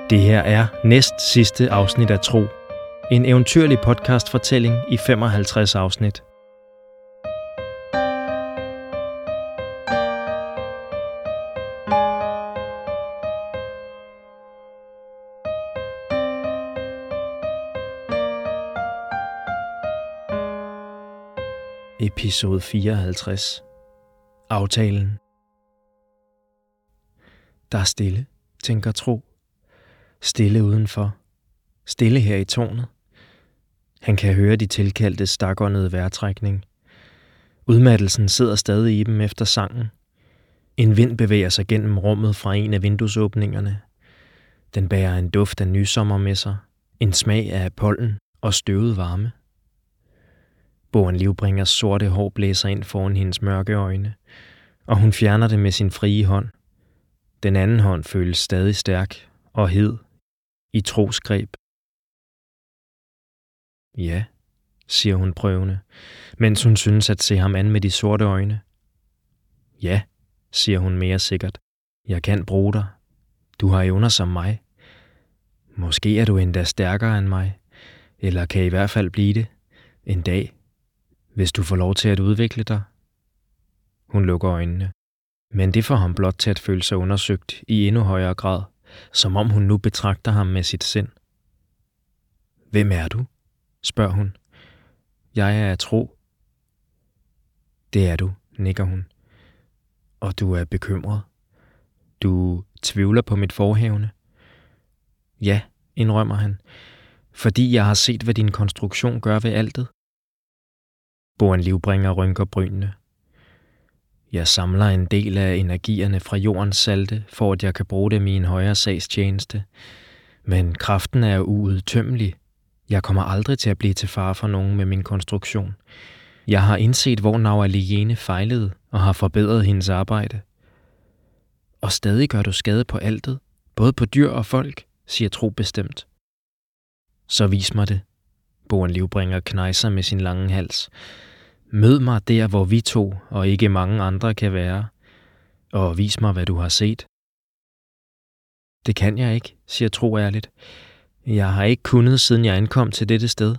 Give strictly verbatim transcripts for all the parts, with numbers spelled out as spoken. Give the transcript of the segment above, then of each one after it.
Det her er næst sidste afsnit af Tro. En eventyrlig podcastfortælling i femoghalvtreds afsnit. Episode fireoghalvtreds. Aftalen. Der er stille, tænker Tro. Stille udenfor. Stille her i tårnet. Han kan høre de tilkaldte stakåndede vejrtrækning. Udmattelsen sidder stadig i dem efter sangen. En vind bevæger sig gennem rummet fra en af vinduesåbningerne. Den bærer en duft af nysommer med sig. En smag af pollen og støvet varme. Boen Livbringers sorte hår blæser ind foran hendes mørke øjne, og hun fjerner det med sin frie hånd. Den anden hånd føles stadig stærk og hed i Tros greb. Ja, siger hun prøvende, mens hun synes at se ham an med de sorte øjne. Ja, siger hun mere sikkert. Jeg kan bruge dig. Du har evner som mig. Måske er du endda stærkere end mig, eller kan i hvert fald blive det en dag, hvis du får lov til at udvikle dig. Hun lukker øjnene, men det får ham blot til at føle sig undersøgt i endnu højere grad, som om hun nu betragter ham med sit sind. Hvem er du? Spørger hun. Jeg er Tro. Det er du, nikker hun. Og du er bekymret. Du tvivler på mit forhævne. Ja, indrømmer han, fordi jeg har set, hvad din konstruktion gør ved altet. Boen Livbringer rynker brynene. Jeg samler en del af energierne fra jordens salte, for at jeg kan bruge dem i en højere sagstjeneste. Men kraften er uudtømmelig. Jeg kommer aldrig til at blive til fare for nogen med min konstruktion. Jeg har indset, hvor Naualiene fejlede og har forbedret hendes arbejde. Og stadig gør du skade på altet, både på dyr og folk, siger Tro bestemt. Så vis mig det. Boen Livbringer knejser med sin lange hals. Mød mig der, hvor vi to og ikke mange andre kan være, og vis mig, hvad du har set. Det kan jeg ikke, siger Tro ærligt. Jeg har ikke kunnet, siden jeg ankom til dette sted.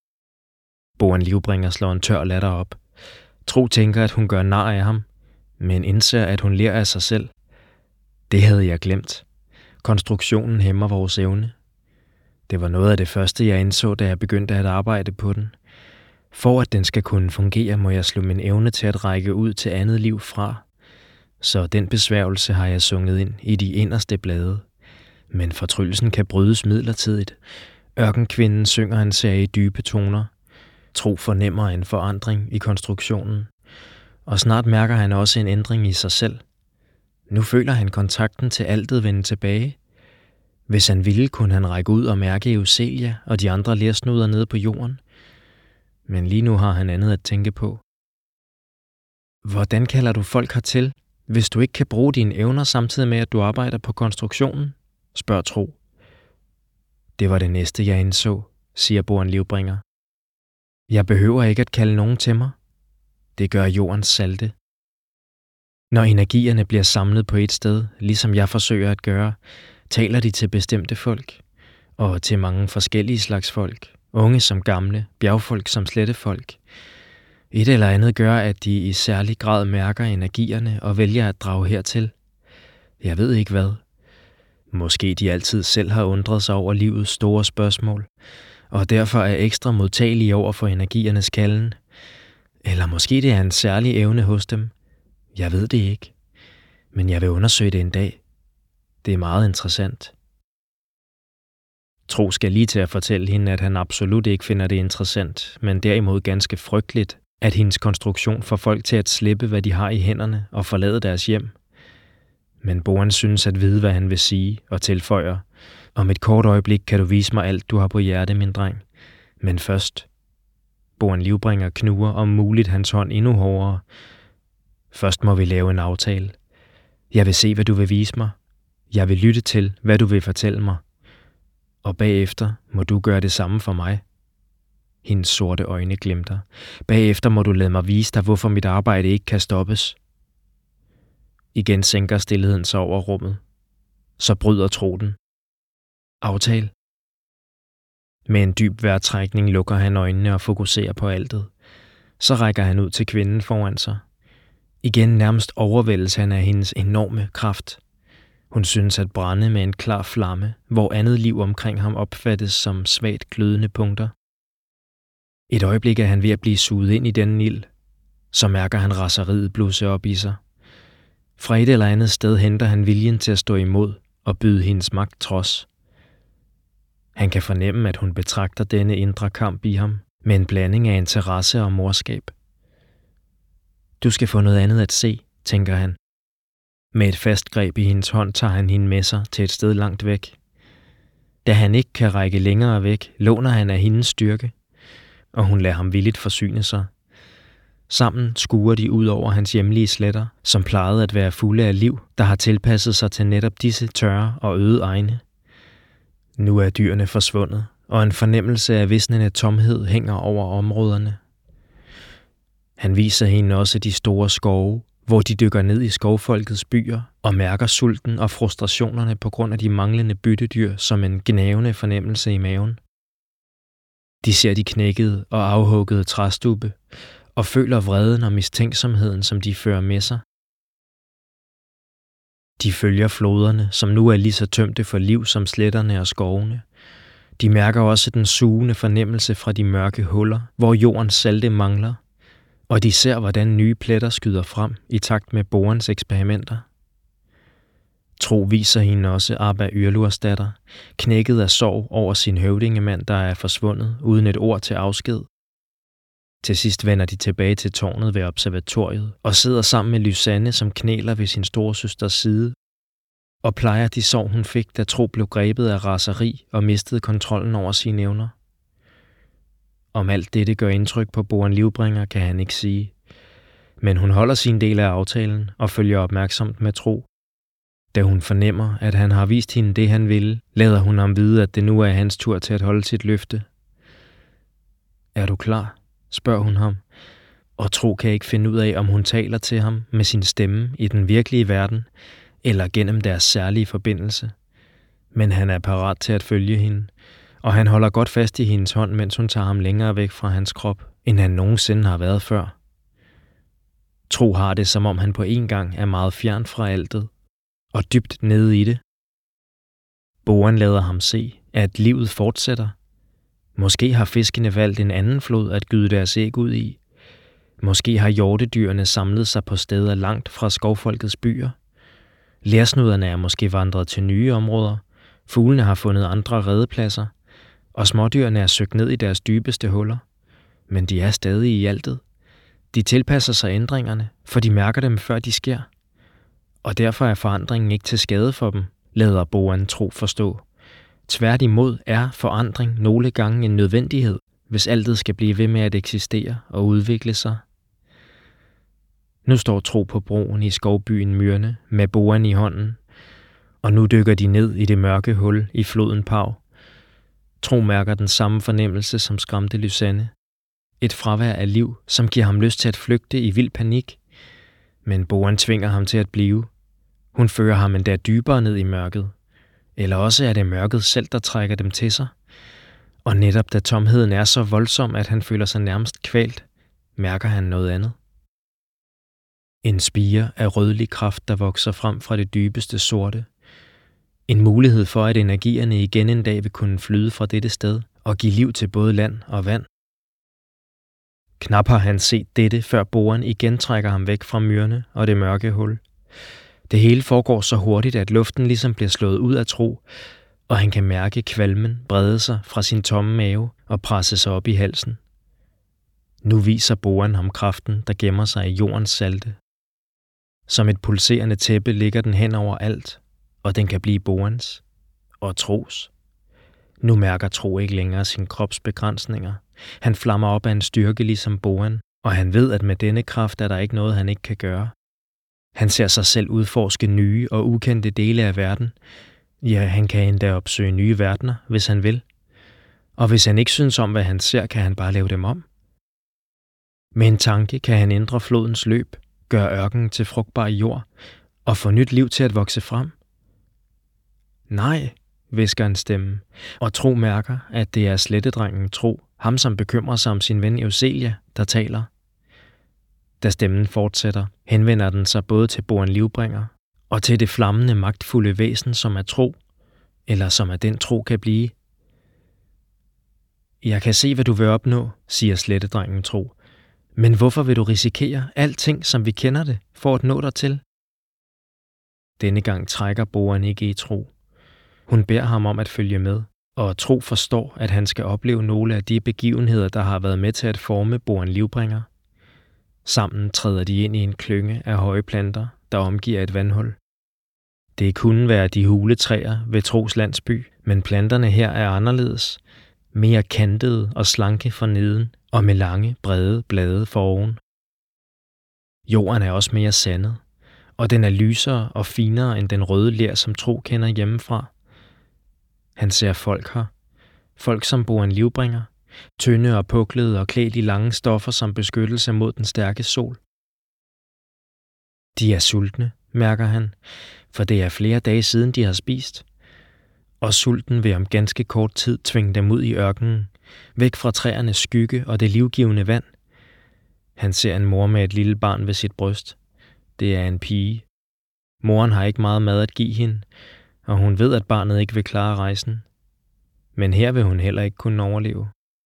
Boen Livbringer slår en tør latter op. Tro tænker, at hun gør nar af ham, men indser, at hun ler af sig selv. Det havde jeg glemt. Konstruktionen hæmmer vores evne. Det var noget af det første, jeg indså, da jeg begyndte at arbejde på den. For at den skal kunne fungere, må jeg slå min evne til at række ud til andet liv fra. Så den besværgelse har jeg sunget ind i de inderste blade. Men fortryllelsen kan brydes midlertidigt. Ørkenkvinden synger en serie dybe toner. Tro fornemmer en forandring i konstruktionen. Og snart mærker han også en ændring i sig selv. Nu føler han kontakten til altet vende tilbage. Hvis han ville, kunne han række ud og mærke Euselia og de andre lersnuder nede på jorden. Men lige nu har han andet at tænke på. Hvordan kalder du folk hertil, hvis du ikke kan bruge dine evner samtidig med, at du arbejder på konstruktionen? Spørger Tro. Det var det næste, jeg indså, siger Boen Livbringer. Jeg behøver ikke at kalde nogen til mig. Det gør jordens salte. Når energierne bliver samlet på et sted, ligesom jeg forsøger at gøre, taler de til bestemte folk, og til mange forskellige slags folk, unge som gamle, bjergfolk som slettefolk. Et eller andet gør, at de i særlig grad mærker energierne og vælger at drage hertil. Jeg ved ikke hvad. Måske de altid selv har undret sig over livets store spørgsmål, og derfor er ekstra modtagelige over for energiernes kalden. Eller måske det er en særlig evne hos dem. Jeg ved det ikke, men jeg vil undersøge det en dag. Det er meget interessant. Tro skal lige til at fortælle hende, at han absolut ikke finder det interessant, men derimod ganske frygteligt, at hendes konstruktion får folk til at slippe, hvad de har i hænderne og forlade deres hjem. Men Boen synes at vide, hvad han vil sige, og tilføjer: Om et kort øjeblik kan du vise mig alt, du har på hjerte, min dreng. Men først. Boen Livbringer knuger om muligt hans hånd endnu hårdere. Først må vi lave en aftale. Jeg vil se, hvad du vil vise mig. Jeg vil lytte til, hvad du vil fortælle mig. Og bagefter må du gøre det samme for mig. Hendes sorte øjne glimter. Bagefter må du lade mig vise dig, hvorfor mit arbejde ikke kan stoppes. Igen sænker stilheden sig over rummet. Så bryder Tro den. Aftale. Med en dyb vejrtrækning lukker han øjnene og fokuserer på altet. Så rækker han ud til kvinden foran sig. Igen nærmest overvældes han af hendes enorme kraft. Hun synes at brænde med en klar flamme, hvor andet liv omkring ham opfattes som svagt glødende punkter. Et øjeblik er han ved at blive suget ind i den ild. Så mærker han raseriet blusse op i sig. Fra et eller andet sted henter han viljen til at stå imod og byde hendes magt trods. Han kan fornemme, at hun betragter denne indre kamp i ham med en blanding af interesse og morskab. Du skal få noget andet at se, tænker han. Med et fast greb i hendes hånd tager han hende med sig til et sted langt væk. Da han ikke kan række længere væk, låner han af hendes styrke, og hun lader ham villigt forsyne sig. Sammen skuer de ud over hans hjemlige sletter, som plejede at være fulde af liv, der har tilpasset sig til netop disse tørre og øde egne. Nu er dyrene forsvundet, og en fornemmelse af visnende tomhed hænger over områderne. Han viser hende også de store skove, hvor de dykker ned i skovfolkets byer og mærker sulten og frustrationerne på grund af de manglende byttedyr som en gnavende fornemmelse i maven. De ser de knækkede og afhuggede træstubbe og føler vreden og mistænksomheden, som de fører med sig. De følger floderne, som nu er lige så tømte for liv som sletterne og skovene. De mærker også den sugende fornemmelse fra de mørke huller, hvor jordens salte mangler, og de ser, hvordan nye pletter skyder frem i takt med borens eksperimenter. Tro viser hende også Abba Yrlurs datter, knækket af sorg over sin høvdingemand, der er forsvundet uden et ord til afsked. Til sidst vender de tilbage til tårnet ved observatoriet og sidder sammen med Lysanne, som knæler ved sin storesøsters side, og plejer de sorg, hun fik, da Tro blev grebet af raseri og mistede kontrollen over sine evner. Om alt dette gør indtryk på Boren Livbringer, kan han ikke sige. Men hun holder sin del af aftalen og følger opmærksomt med Tro. Da hun fornemmer, at han har vist hende det, han ville, lader hun ham vide, at det nu er hans tur til at holde sit løfte. Er du klar? Spørger hun ham, og Tro kan ikke finde ud af, om hun taler til ham med sin stemme i den virkelige verden, eller gennem deres særlige forbindelse. Men han er parat til at følge hende, og han holder godt fast i hendes hånd, mens hun tager ham længere væk fra hans krop, end han nogensinde har været før. Tro har det, som om han på en gang er meget fjern fra altet, og dybt nede i det. Boren lader ham se, at livet fortsætter. Måske har fiskene valgt en anden flod at gyde deres æg ud i. Måske har hjortedyrene samlet sig på steder langt fra skovfolkets byer. Lersnuderne er måske vandret til nye områder. Fuglene har fundet andre redepladser, og smådyrene er søgt ned i deres dybeste huller. Men de er stadig i altet. De tilpasser sig ændringerne, for de mærker dem, før de sker. Og derfor er forandringen ikke til skade for dem, lader Boren Tro forstå. Tværtimod er forandring nogle gange en nødvendighed, hvis altet skal blive ved med at eksistere og udvikle sig. Nu står Tro på broen i skovbyen Myrne med Boren i hånden, og nu dykker de ned i det mørke hul i floden Pav. Tro mærker den samme fornemmelse, som skræmte Lysanne. Et fravær af liv, som giver ham lyst til at flygte i vild panik. Men Boren tvinger ham til at blive. Hun fører ham endda dybere ned i mørket. Eller også er det mørket selv, der trækker dem til sig. Og netop da tomheden er så voldsom, at han føler sig nærmest kvalt, mærker han noget andet. En spire af rødlig kraft, der vokser frem fra det dybeste sorte. En mulighed for, at energierne igen en dag vil kunne flyde fra dette sted og give liv til både land og vand. Knap har han set dette, før Boren igen trækker ham væk fra Myrne og det mørke hul. Det hele foregår så hurtigt, at luften ligesom bliver slået ud af Tro, og han kan mærke kvalmen brede sig fra sin tomme mave og presse sig op i halsen. Nu viser Boren ham kraften, der gemmer sig i jordens salte. Som et pulserende tæppe ligger den hen over alt, og den kan blive Borens og Tros. Nu mærker Tro ikke længere sine kropsbegrænsninger. Han flammer op af en styrke ligesom Boren, og han ved, at med denne kraft er der ikke noget, han ikke kan gøre. Han ser sig selv udforske nye og ukendte dele af verden. Ja, han kan endda opsøge nye verdener, hvis han vil. Og hvis han ikke synes om, hvad han ser, kan han bare lave dem om. Med en tanke kan han ændre flodens løb, gøre ørkenen til frugtbar jord og få nyt liv til at vokse frem. Nej, hvisker en stemme, og Tro mærker, at det er slettedrengen Tro, ham som bekymrer sig om sin ven Euselia, der taler. Da stemmen fortsætter, henvender den sig både til Boan Livbringer og til det flammende, magtfulde væsen, som er Tro, eller som er den Tro kan blive. Jeg kan se, hvad du vil opnå, siger slettedrengen Tro. Men hvorfor vil du risikere alting, som vi kender det, for at nå dig til? Denne gang trækker Boan ikke i Tro. Hun beder ham om at følge med, og Tro forstår, at han skal opleve nogle af de begivenheder, der har været med til at forme Boan Livbringer. Sammen træder de ind i en klynge af høje planter, der omgiver et vandhul. Det kunne være de hule træer ved Tros landsby, men planterne her er anderledes, mere kantede og slanke for neden og med lange, brede blade foroven. Jorden er også mere sandet, og den er lysere og finere end den røde ler, som Tro kender hjemmefra. Han ser folk her. Folk som Boan Livbringer, tynde og puklede og klædt i lange stoffer som beskyttelse mod den stærke sol. De er sultne, mærker han, for det er flere dage siden, de har spist. Og sulten vil om ganske kort tid tvinge dem ud i ørkenen, væk fra træernes skygge og det livgivende vand. Han ser en mor med et lille barn ved sit bryst. Det er en pige. Moren har ikke meget mad at give hende, og hun ved, at barnet ikke vil klare rejsen. Men her vil hun heller ikke kunne overleve.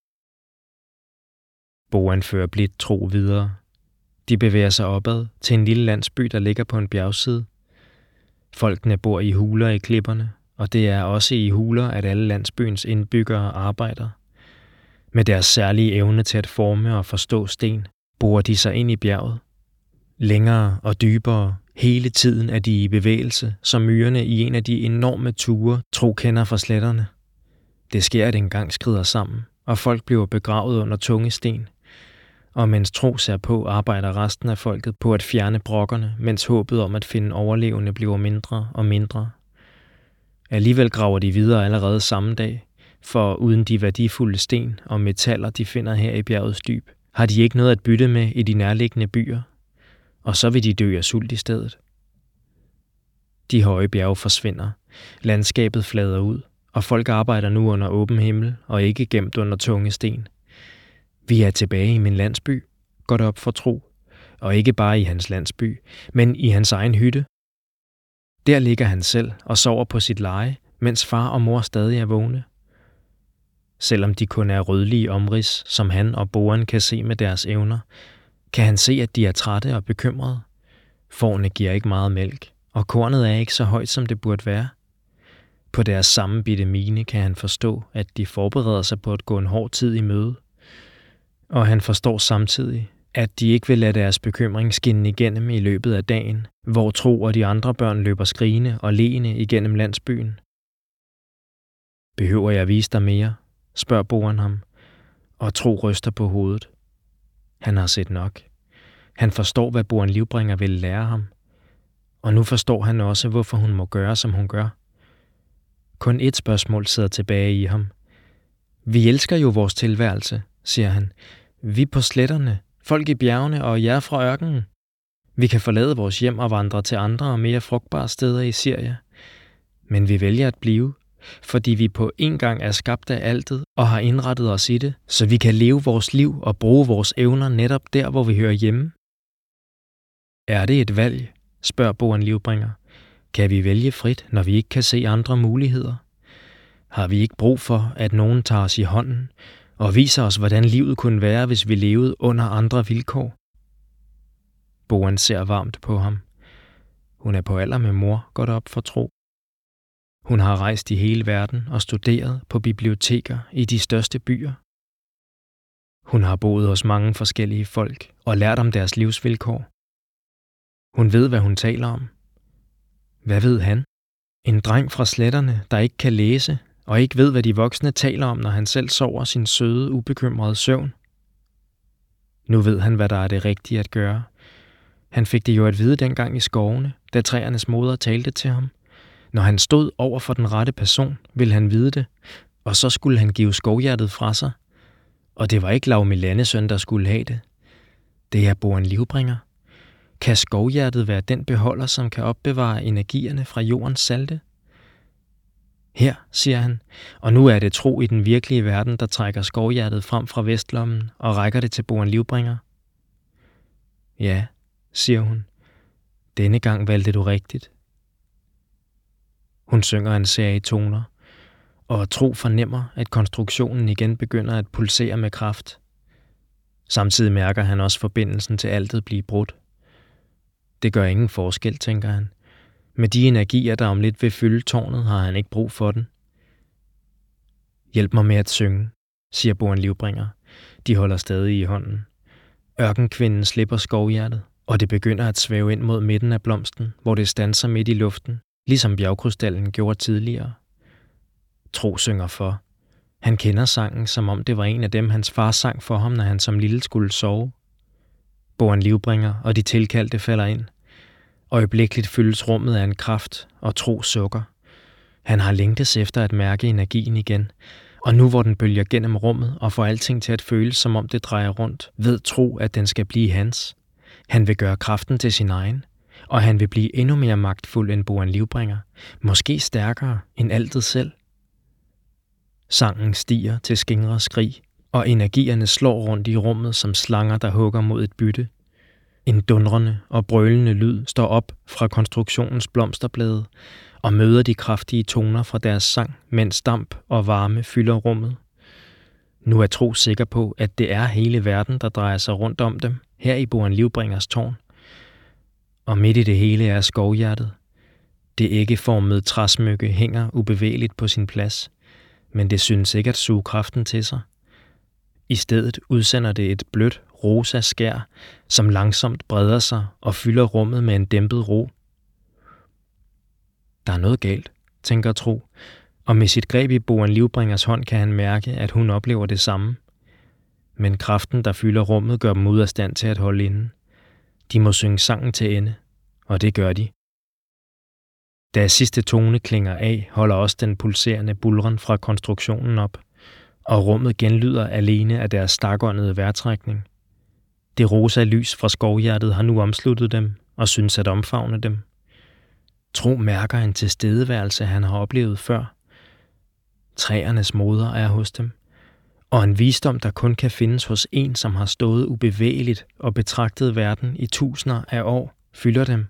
Boan fører blidt Tro videre. De bevæger sig opad til en lille landsby, der ligger på en bjergside. Folkene bor i huler i klipperne, og det er også i huler, at alle landsbyens indbyggere arbejder. Med deres særlige evne til at forme og forstå sten, borer de sig ind i bjerget. Længere og dybere, hele tiden er de i bevægelse, som myrerne i en af de enorme ture, Tro kender fra sletterne. Det sker, at en gang skrider sammen, og folk bliver begravet under tunge sten. Og mens Tro ser på, arbejder resten af folket på at fjerne brokkerne, mens håbet om at finde overlevende bliver mindre og mindre. Alligevel graver de videre allerede samme dag, for uden de værdifulde sten og metaller, de finder her i bjergets dyb, har de ikke noget at bytte med i de nærliggende byer, og så vil de dø af sult i stedet. De høje bjerge forsvinder, landskabet flader ud, og folk arbejder nu under åben himmel og ikke gemt under tunge sten. Vi er tilbage i min landsby, går det op for Tro, og ikke bare i hans landsby, men i hans egen hytte. Der ligger han selv og sover på sit leje, mens far og mor stadig er vågne. Selvom de kun er rødlige omrids, som han og Boan kan se med deres evner, kan han se, at de er trætte og bekymrede. Fårene giver ikke meget mælk, og kornet er ikke så højt, som det burde være. På deres sammenbitte mine kan han forstå, at de forbereder sig på at gå en hård tid i møde. Og han forstår samtidig, at de ikke vil lade deres bekymring skinne igennem i løbet af dagen, hvor Tro og de andre børn løber skrigende og leende igennem landsbyen. Behøver jeg vise dig mere? Spørger Boan ham, og Tro ryster på hovedet. Han har set nok. Han forstår, hvad Boan Livbringer vil lære ham, og nu forstår han også, hvorfor hun må gøre, som hun gør. Kun et spørgsmål sidder tilbage i ham. Vi elsker jo vores tilværelse, siger han. Vi på sletterne, folk i bjergene og jer fra ørkenen. Vi kan forlade vores hjem og vandre til andre og mere frugtbare steder i Syria. Men vi vælger at blive, fordi vi på en gang er skabt af altet og har indrettet os i det, så vi kan leve vores liv og bruge vores evner netop der, hvor vi hører hjemme. Er det et valg? Spørger Boan Livbringer. Kan vi vælge frit, når vi ikke kan se andre muligheder? Har vi ikke brug for, at nogen tager os i hånden og viser os, hvordan livet kunne være, hvis vi levede under andre vilkår? Boan ser varmt på ham. Hun er på alder med mor, går det op for Tro. Hun har rejst i hele verden og studeret på biblioteker i de største byer. Hun har boet hos mange forskellige folk og lært om deres livsvilkår. Hun ved, hvad hun taler om. Hvad ved han? En dreng fra sletterne, der ikke kan læse og ikke ved, hvad de voksne taler om, når han selv sover sin søde, ubekymrede søvn. Nu ved han, hvad der er det rigtige at gøre. Han fik det jo at vide dengang i skovene, da træernes moder talte til ham. Når han stod over for den rette person, ville han vide det, og så skulle han give skovhjertet fra sig. Og det var ikke Lav Milanesøn, der skulle have det. Det er Boan Livbringer. Kan skovhjertet være den beholder, som kan opbevare energierne fra jordens salte? Her, siger han, og nu er det tro i den virkelige verden, der trækker skovhjertet frem fra vestlommen og rækker det til Boren Livbringer. Ja, siger hun. Denne gang valgte du rigtigt. Hun synger en serie toner, og Tro fornemmer, at konstruktionen igen begynder at pulsere med kraft. Samtidig mærker han også forbindelsen til altet blive brudt. Det gør ingen forskel, tænker han. Med de energier, der om lidt vil fylde tårnet, har han ikke brug for den. Hjælp mig med at synge, siger Boren Livbringer. De holder stadig i hånden. Ørkenkvinden slipper skovhjertet, og det begynder at svæve ind mod midten af blomsten, hvor det standser midt i luften, ligesom bjergkrystallen gjorde tidligere. Tro synger for. Han kender sangen, som om det var en af dem, hans far sang for ham, når han som lille skulle sove. Boren Livbringer og de tilkaldte falder ind. Øjeblikkeligt fyldes rummet af en kraft, og Tro sukker. Han har længtes efter at mærke energien igen, og nu hvor den bølger gennem rummet og får alting til at føles, som om det drejer rundt, ved Tro, at den skal blive hans. Han vil gøre kraften til sin egen, og han vil blive endnu mere magtfuld end Boren Livbringer, måske stærkere end altet selv. Sangen stiger til skingre skrig, og energierne slår rundt i rummet som slanger, der hugger mod et bytte. En dundrende og brølende lyd står op fra konstruktionens blomsterblade og møder de kraftige toner fra deres sang, mens damp og varme fylder rummet. Nu er Tro sikker på, at det er hele verden, der drejer sig rundt om dem, her i Boren Livbringers tårn. Og midt i det hele er skovhjertet. Det æggeformede træsmykke hænger ubevægeligt på sin plads, men det synes ikke at suge kraften til sig. I stedet udsender det et blødt, rosa skær, som langsomt breder sig og fylder rummet med en dæmpet ro. Der er noget galt, tænker Tro, og med sit greb i Boren Livbringers hånd kan han mærke, at hun oplever det samme. Men kraften, der fylder rummet, gør dem ud af stand til at holde inde. De må synge sangen til ende, og det gør de. Da sidste tone klinger af, holder også den pulserende bulren fra konstruktionen op, og rummet genlyder alene af deres stakåndede vejrtrækning. Det rosa lys fra skovhjertet har nu omsluttet dem og synes at omfavne dem. Tro mærker en tilstedeværelse, han har oplevet før. Træernes moder er hos dem, og en visdom, der kun kan findes hos en, som har stået ubevægeligt og betragtet verden i tusinder af år, fylder dem.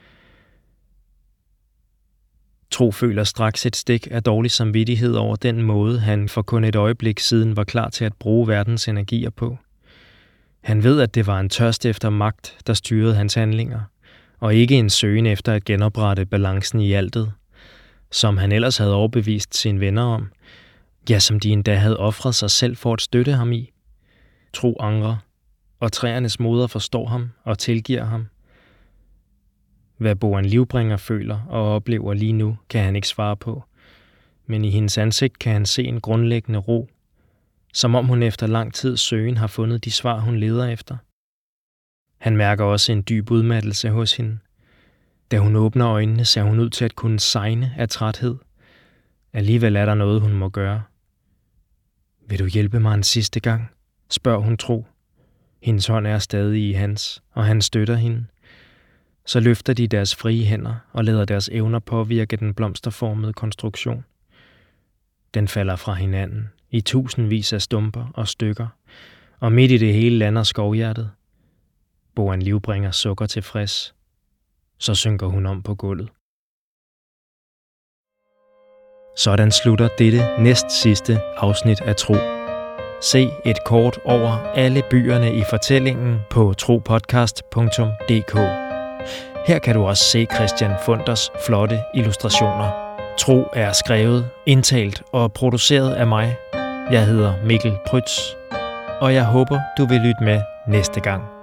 Tro føler straks et stik af dårlig samvittighed over den måde, han for kun et øjeblik siden var klar til at bruge verdens energier på. Han ved, at det var en tørst efter magt, der styrede hans handlinger, og ikke en søgen efter at genoprette balancen i altet, som han ellers havde overbevist sine venner om, ja, som de endda havde ofret sig selv for at støtte ham i. Tro angrer, og træernes moder forstår ham og tilgiver ham. Hvad Boren Livbringer føler og oplever lige nu, kan han ikke svare på, men i hendes ansigt kan han se en grundlæggende ro, som om hun efter lang tids søgen har fundet de svar, hun leder efter. Han mærker også en dyb udmattelse hos hende. Da hun åbner øjnene, ser hun ud til at kunne segne af træthed. Alligevel er der noget, hun må gøre. Vil du hjælpe mig en sidste gang? Spørger hun Tro. Hendes hånd er stadig i hans, og han støtter hende. Så løfter de deres frie hænder og lader deres evner påvirke den blomsterformede konstruktion. Den falder fra hinanden i tusindvis af stumper og stykker, og midt i det hele lander skovhjertet. Boren Livbringer sukker tilfreds. Så synker hun om på gulvet. Sådan slutter dette næst sidste afsnit af Tro. Se et kort over alle byerne i fortællingen på tropodcast punktum d k. Her kan du også se Christian Funders flotte illustrationer. Tro er skrevet, indtalt og produceret af mig. Jeg hedder Mikkel Prytz, og jeg håber, du vil lytte med næste gang.